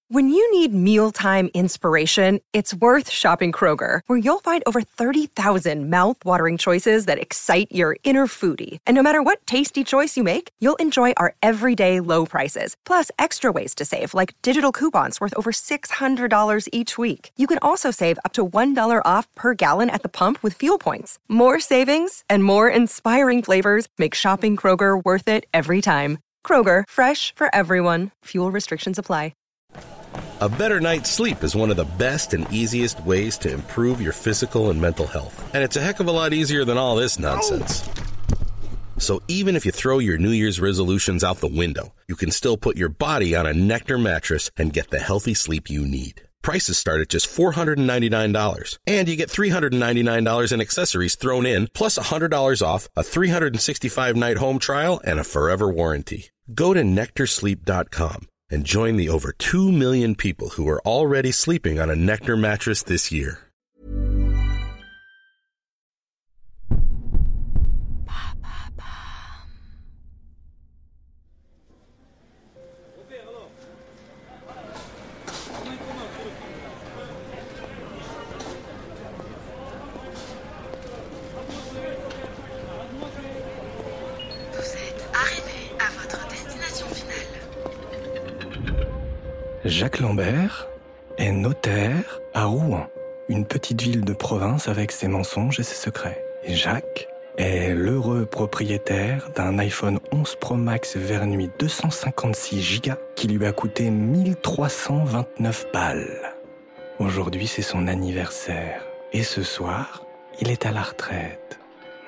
When you need mealtime inspiration, it's worth shopping Kroger, where you'll find over 30,000 mouth-watering choices that excite your inner foodie. And no matter what tasty choice you make, you'll enjoy our everyday low prices, plus extra ways to save, like digital coupons worth over $600 each week. You can also save up to $1 off per gallon at the pump with fuel points. More savings and more inspiring flavors make shopping Kroger worth it every time. Kroger, fresh for everyone. Fuel restrictions apply. A better night's sleep is one of the best and easiest ways to improve your physical and mental health. And it's a heck of a lot easier than all this nonsense. So even if you throw your New Year's resolutions out the window, you can still put your body on a Nectar mattress and get the healthy sleep you need. Prices start at just $499, and you get $399 in accessories thrown in, plus $100 off, a 365-night home trial, and a forever warranty. Go to NectarSleep.com and join the over 2 million people who are already sleeping on a Nectar mattress this year. Jacques Lambert est notaire à Rouen, une petite ville de province avec ses mensonges et ses secrets. Et Jacques est l'heureux propriétaire d'un iPhone 11 Pro Max vernuit 256 Go qui lui a coûté 1329 balles. Aujourd'hui, c'est son anniversaire. Et ce soir, il est à la retraite.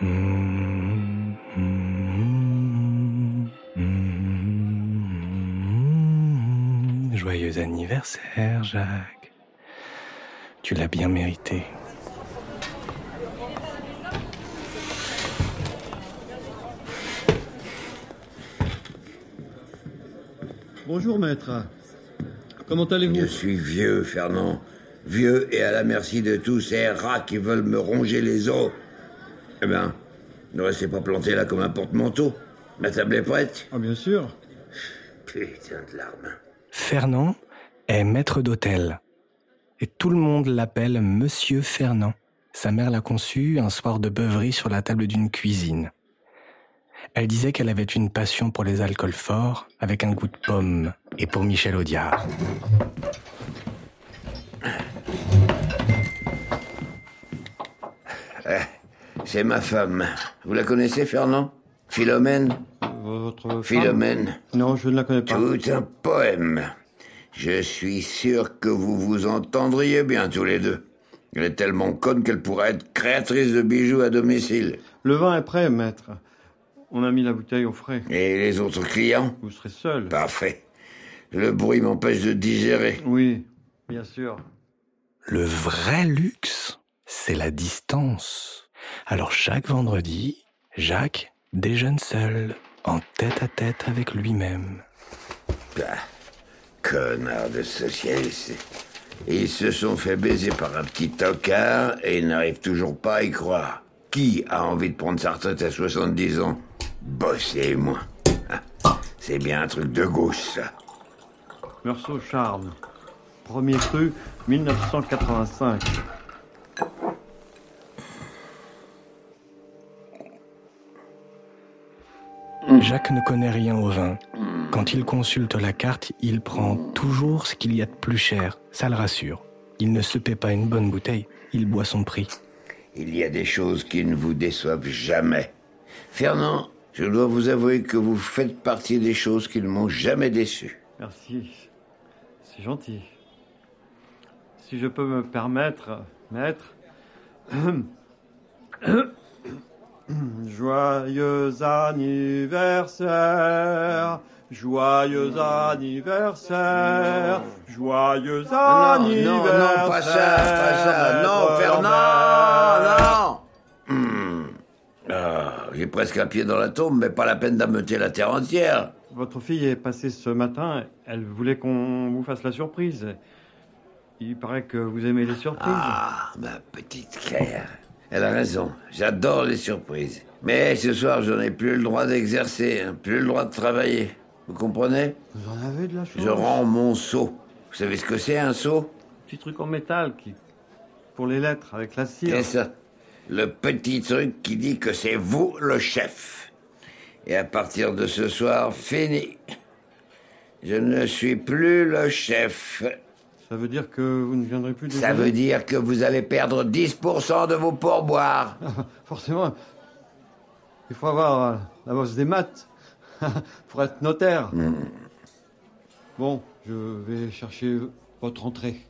Joyeux anniversaire, Jacques. Tu l'as bien mérité. Bonjour, maître. Comment allez-vous ? Je suis vieux, Fernand. Vieux et à la merci de tous ces rats qui veulent me ronger les os. Eh ben, ne restez pas planté là comme un porte-manteau. Ma table est prête ? Ah, bien sûr. Putain de larmes. Fernand est maître d'hôtel. Et tout le monde l'appelle Monsieur Fernand. Sa mère l'a conçu un soir de beuverie sur la table d'une cuisine. Elle disait qu'elle avait une passion pour les alcools forts, avec un goût de pomme, et pour Michel Audiard. C'est ma femme. Vous la connaissez, Fernand ? Philomène ? Votre femme ? Philomène ? Non, je ne la connais pas. Tout un poème. Je suis sûr que vous vous entendriez bien tous les deux. Elle est tellement conne qu'elle pourrait être créatrice de bijoux à domicile. Le vin est prêt, maître. On a mis la bouteille au frais. Et les autres clients ? Vous serez seul. Parfait. Le bruit m'empêche de digérer. Oui, bien sûr. Le vrai luxe, c'est la distance. Alors chaque vendredi, Jacques déjeune seul, en tête-à-tête avec lui-même. Ah, connard de socialiste. Ils se sont fait baiser par un petit tocard et ils n'arrivent toujours pas à y croire. Qui a envie de prendre sa retraite à 70 ans ? Bosser, moi. Ah, c'est bien un truc de gauche, ça. Meursault Charles. Premier cru, 1985. Jacques ne connaît rien au vin. Quand il consulte la carte, il prend toujours ce qu'il y a de plus cher. Ça le rassure. Il ne se paie pas une bonne bouteille, il boit son prix. Il y a des choses qui ne vous déçoivent jamais. Fernand, je dois vous avouer que vous faites partie des choses qui ne m'ont jamais déçu. Merci. C'est gentil. Si je peux me permettre, maître... Joyeux anniversaire, joyeux anniversaire, joyeux anniversaire. Non, pas ça, non, Fernand, non. J'ai presque un pied dans la tombe, mais pas la peine d'ameuter la terre entière. Votre fille est passée ce matin, elle voulait qu'on vous fasse la surprise. Il paraît que vous aimez les surprises. Ah, ma petite Claire. Elle a raison, j'adore les surprises. Mais ce soir, je n'ai plus le droit d'exercer, plus le droit de travailler. Vous comprenez ? Vous en avez de la chance. Je rends mon sceau. Vous savez ce que c'est, un sceau? Petit truc en métal pour les lettres, avec la cire. C'est ça. Le petit truc qui dit que c'est vous le chef. Et à partir de ce soir, fini. Je ne suis plus le chef. Ça veut dire que vous ne viendrez plus déjeuner? Ça veut dire que vous allez perdre 10% de vos pourboires. Forcément. Il faut avoir la bosse des maths pour être notaire. Bon, je vais chercher votre entrée.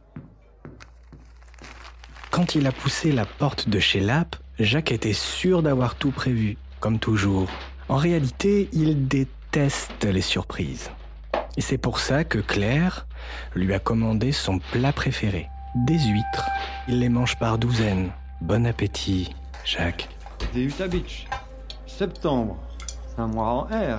Quand il a poussé la porte de chez Lapp, Jacques était sûr d'avoir tout prévu, comme toujours. En réalité, il déteste les surprises. Et c'est pour ça que Claire lui a commandé son plat préféré, des huîtres. Il les mange par douzaines. Bon appétit, Jacques. Des Utah Beach. Septembre. C'est un mois en R.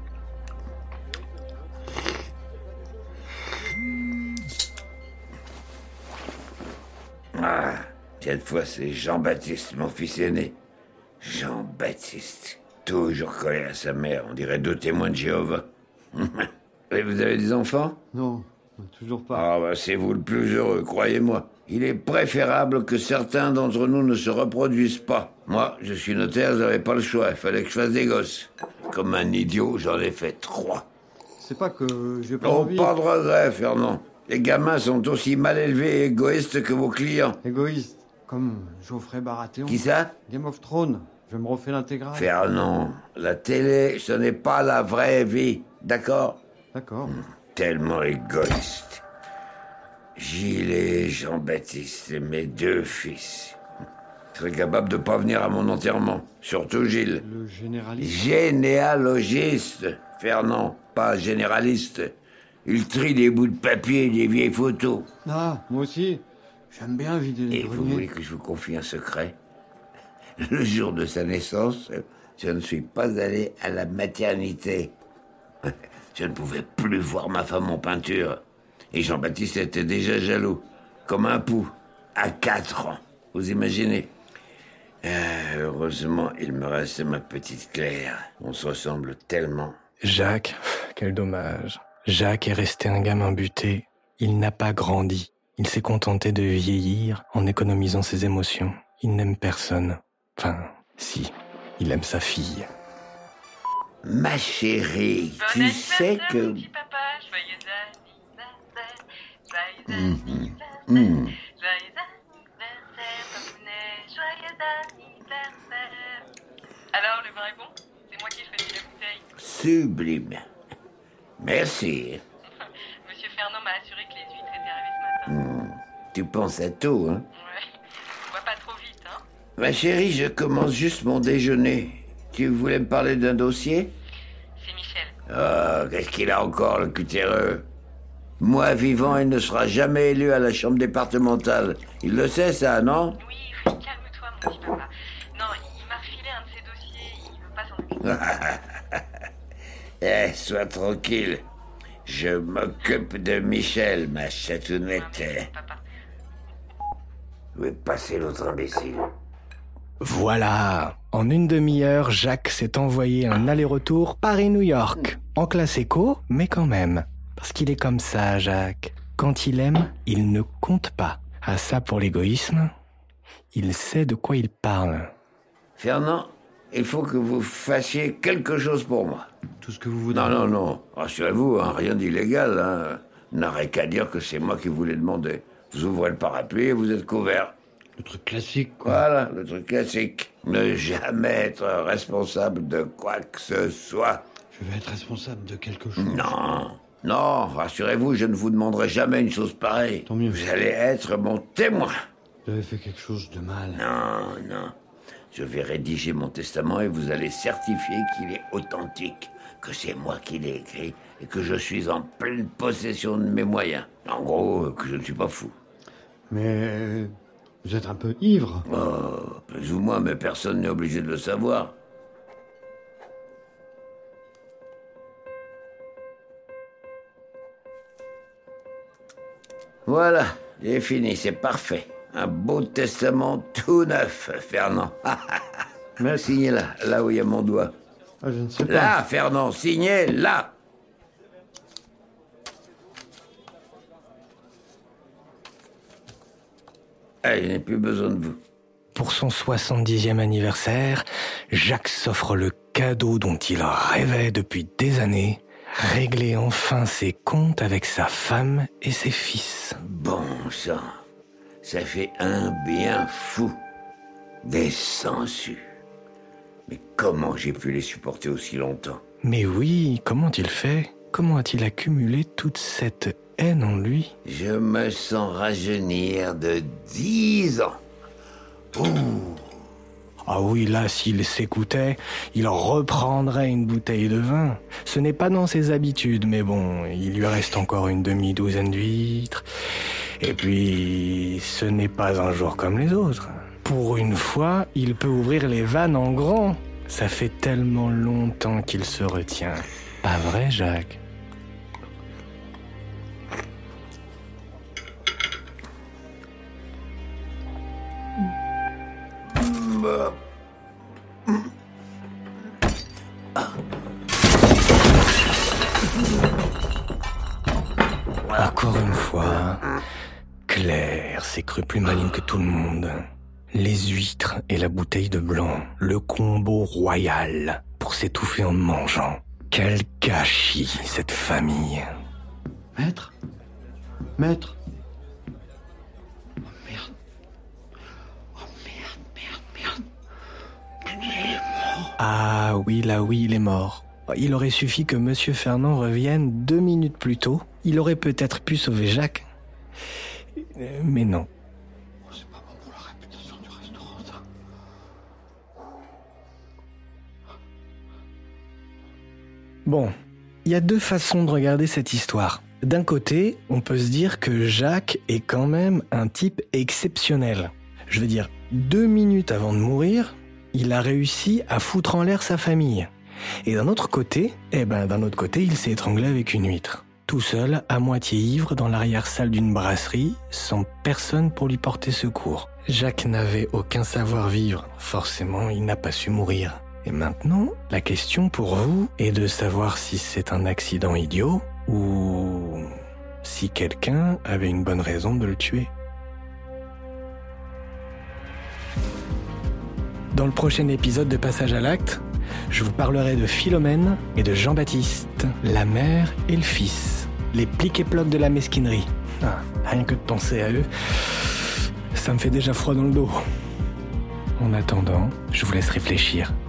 Ah, cette fois, c'est Jean-Baptiste, mon fils aîné. Jean-Baptiste. Toujours collé à sa mère, on dirait deux témoins de Jéhovah. Et vous avez des enfants? Non, toujours pas. Ah, bah, c'est vous le plus heureux, croyez-moi. Il est préférable que certains d'entre nous ne se reproduisent pas. Moi, je suis notaire, j'avais pas le choix. Il fallait que je fasse des gosses. Comme un idiot, j'en ai fait 3. C'est pas que j'ai pas Oh, envie. pas de regret, Fernand. Les gamins sont aussi mal élevés et égoïstes que vos clients. Égoïste, comme Geoffrey Baratheon. Qui ça? Game of Thrones. Je me refais l'intégrale. Fernand, la télé, ce n'est pas la vraie vie, d'accord? D'accord. Tellement égoïste. Gilles et Jean-Baptiste, mes 2 fils. Je serais capable de pas venir à mon enterrement. Surtout Gilles. Le généraliste. Généalogiste, Fernand, pas généraliste. Il trie des bouts de papier et des vieilles photos. Ah, moi aussi. J'aime bien vider les Et vous greniers. voulez que je vous confie un secret? Le jour de sa naissance, je ne suis pas allé à la maternité. Je ne pouvais plus voir ma femme en peinture. Et Jean-Baptiste était déjà jaloux, comme un pou, à 4 ans. Vous imaginez? Heureusement, il me reste ma petite Claire. On se ressemble tellement. Jacques, quel dommage. Jacques est resté un gamin buté. Il n'a pas grandi. Il s'est contenté de vieillir en économisant ses émotions. Il n'aime personne. Enfin, si, il aime sa fille. Ma chérie, Bon tu sais anniversaire, que... mon petit papa, joyeux anniversaire, joyeux anniversaire, joyeux anniversaire, papounet, joyeux anniversaire. Alors, le vrai bon, c'est moi qui choisis la bouteille. Sublime. Merci. Monsieur Fernand m'a assuré que les huîtres étaient arrivées ce matin. Tu penses à tout, hein? Ouais, on va pas trop vite, hein. Ma chérie, je commence juste mon déjeuner. Tu voulais me parler d'un dossier? C'est Michel. Ah, qu'est-ce qu'il a encore, le cutéreux? Moi, vivant, il ne sera jamais élu à la chambre départementale. Il le sait, ça, non? Oui, calme-toi, mon petit papa. Non, il m'a refilé un de ses dossiers, il veut pas s'en occuper. Sois tranquille. Je m'occupe de Michel, ma chatounette. Papa. Où est passé l'autre imbécile? Voilà. En une demi-heure, Jacques s'est envoyé un aller-retour Paris-New York. En classe éco, mais quand même. Parce qu'il est comme ça, Jacques. Quand il aime, il ne compte pas. Ah ça pour l'égoïsme, il sait de quoi il parle. Fernand, il faut que vous fassiez quelque chose pour moi. Tout ce que vous voudrez. Non. Rassurez-vous, hein, rien d'illégal. Hein. N'aurait qu'à dire que c'est moi qui vous l'ai demandé. Vous ouvrez le parapluie et vous êtes couvert. Le truc classique, quoi. Voilà, le truc classique. Ne jamais être responsable de quoi que ce soit. Je vais être responsable de quelque chose. Non, rassurez-vous, je ne vous demanderai jamais une chose pareille. Tant mieux. Vous allez être mon témoin. Vous avez fait quelque chose de mal. Non. Je vais rédiger mon testament et vous allez certifier qu'il est authentique, que c'est moi qui l'ai écrit et que je suis en pleine possession de mes moyens. En gros, que je ne suis pas fou. Mais vous êtes un peu ivre. Oh, plus ou moins, mais personne n'est obligé de le savoir. Voilà, j'ai fini, c'est parfait. Un beau testament tout neuf, Fernand. Mais Signez là où il y a mon doigt. je ne sais pas. Là, Fernand, signez là. je n'ai plus besoin de vous. Pour son 70e anniversaire, Jacques s'offre le cadeau dont il rêvait depuis des années, régler enfin ses comptes avec sa femme et ses fils. Bon sang, ça fait un bien fou. Des sangsues. Mais comment j'ai pu les supporter aussi longtemps? Mais oui, comment a-t-il fait? Comment a-t-il accumulé toute cette haine en lui? Je me sens rajeunir de 10 ans. Ouh. Ah oui, là, s'il s'écoutait, il reprendrait une bouteille de vin. Ce n'est pas dans ses habitudes, mais bon, il lui reste encore une demi-douzaine d'huîtres. Et puis, ce n'est pas un jour comme les autres. Pour une fois, il peut ouvrir les vannes en grand. Ça fait tellement longtemps qu'il se retient. Pas vrai, Jacques? Encore une fois, Claire s'est crue plus maligne que tout le monde. Les huîtres et la bouteille de blanc, le combo royal pour s'étouffer en mangeant. Quel gâchis, cette famille. Maître? Maître? Oh merde. Oh merde. Il est mort. Ah oui, là oui, il est mort. Il aurait suffi que Monsieur Fernand revienne 2 minutes plus tôt. Il aurait peut-être pu sauver Jacques. Mais non. C'est pas bon pour la réputation du restaurant, ça. Bon, il y a 2 façons de regarder cette histoire. D'un côté, on peut se dire que Jacques est quand même un type exceptionnel. Je veux dire, 2 minutes avant de mourir, il a réussi à foutre en l'air sa famille. Et d'un autre côté, il s'est étranglé avec une huître. Tout seul, à moitié ivre, dans l'arrière-salle d'une brasserie, sans personne pour lui porter secours. Jacques n'avait aucun savoir-vivre. Forcément, il n'a pas su mourir. Et maintenant, la question pour vous est de savoir si c'est un accident idiot ou si quelqu'un avait une bonne raison de le tuer. Dans le prochain épisode de Passage à l'acte, je vous parlerai de Philomène et de Jean-Baptiste, la mère et le fils, les pliques et ploques de la mesquinerie. Rien que de penser à eux, ça me fait déjà froid dans le dos. En attendant, je vous laisse réfléchir.